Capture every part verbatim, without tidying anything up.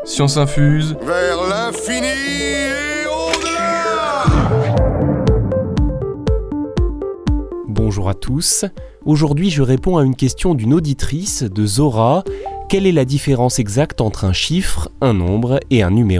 Science infuse. Vers l'infini et au-delà. Bonjour à tous. Aujourd'hui, je réponds à une question d'une auditrice de Zora. Quelle est la différence exacte entre un chiffre, un nombre et un numéro ?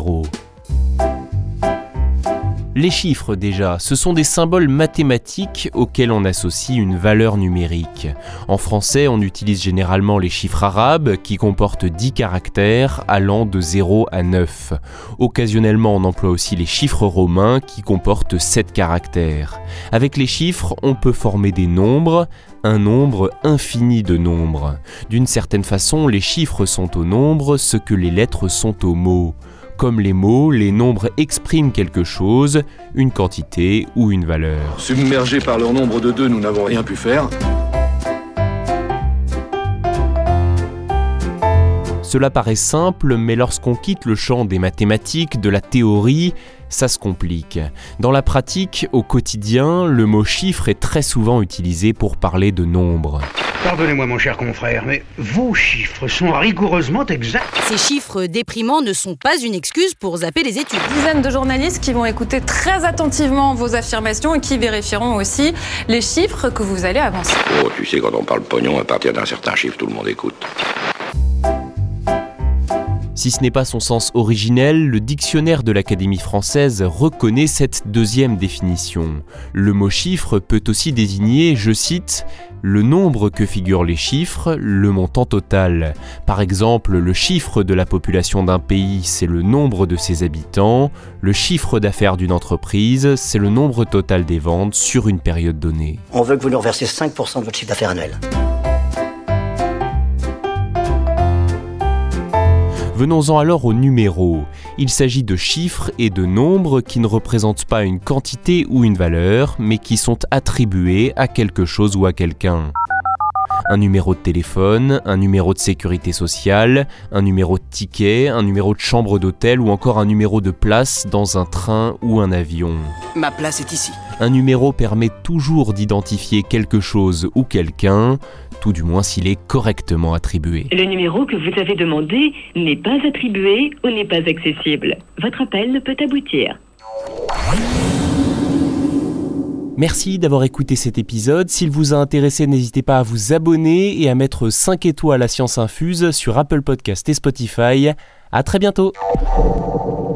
Les chiffres déjà, ce sont des symboles mathématiques auxquels on associe une valeur numérique. En français, on utilise généralement les chiffres arabes qui comportent dix caractères allant de zéro à neuf. Occasionnellement, on emploie aussi les chiffres romains qui comportent sept caractères. Avec les chiffres, on peut former des nombres, un nombre infini de nombres. D'une certaine façon, les chiffres sont aux nombres ce que les lettres sont aux mots. Comme les mots, les nombres expriment quelque chose, une quantité ou une valeur. Submergés par leur nombre de deux, nous n'avons rien pu faire. Cela paraît simple, mais lorsqu'on quitte le champ des mathématiques, de la théorie, ça se complique. Dans la pratique, au quotidien, le mot chiffre est très souvent utilisé pour parler de nombres. Pardonnez-moi mon cher confrère, mais vos chiffres sont rigoureusement exacts. Ces chiffres déprimants ne sont pas une excuse pour zapper les études. Dizaines de journalistes qui vont écouter très attentivement vos affirmations et qui vérifieront aussi les chiffres que vous allez avancer. Oh, tu sais, quand on parle pognon, à partir d'un certain chiffre, tout le monde écoute. Si ce n'est pas son sens originel, le dictionnaire de l'Académie française reconnaît cette deuxième définition. Le mot chiffre peut aussi désigner, je cite, le nombre que figurent les chiffres, le montant total. Par exemple, le chiffre de la population d'un pays, c'est le nombre de ses habitants. Le chiffre d'affaires d'une entreprise, c'est le nombre total des ventes sur une période donnée. On veut que vous nous reversiez cinq pour cent de votre chiffre d'affaires annuel. Venons-en alors aux numéros. Il s'agit de chiffres et de nombres qui ne représentent pas une quantité ou une valeur, mais qui sont attribués à quelque chose ou à quelqu'un. Un numéro de téléphone, un numéro de sécurité sociale, un numéro de ticket, un numéro de chambre d'hôtel ou encore un numéro de place dans un train ou un avion. Ma place est ici. Un numéro permet toujours d'identifier quelque chose ou quelqu'un, tout du moins s'il est correctement attribué. Le numéro que vous avez demandé n'est pas attribué ou n'est pas accessible. Votre appel ne peut aboutir. Merci d'avoir écouté cet épisode. S'il vous a intéressé, n'hésitez pas à vous abonner et à mettre cinq étoiles à Science Infuse sur Apple Podcast et Spotify. À très bientôt.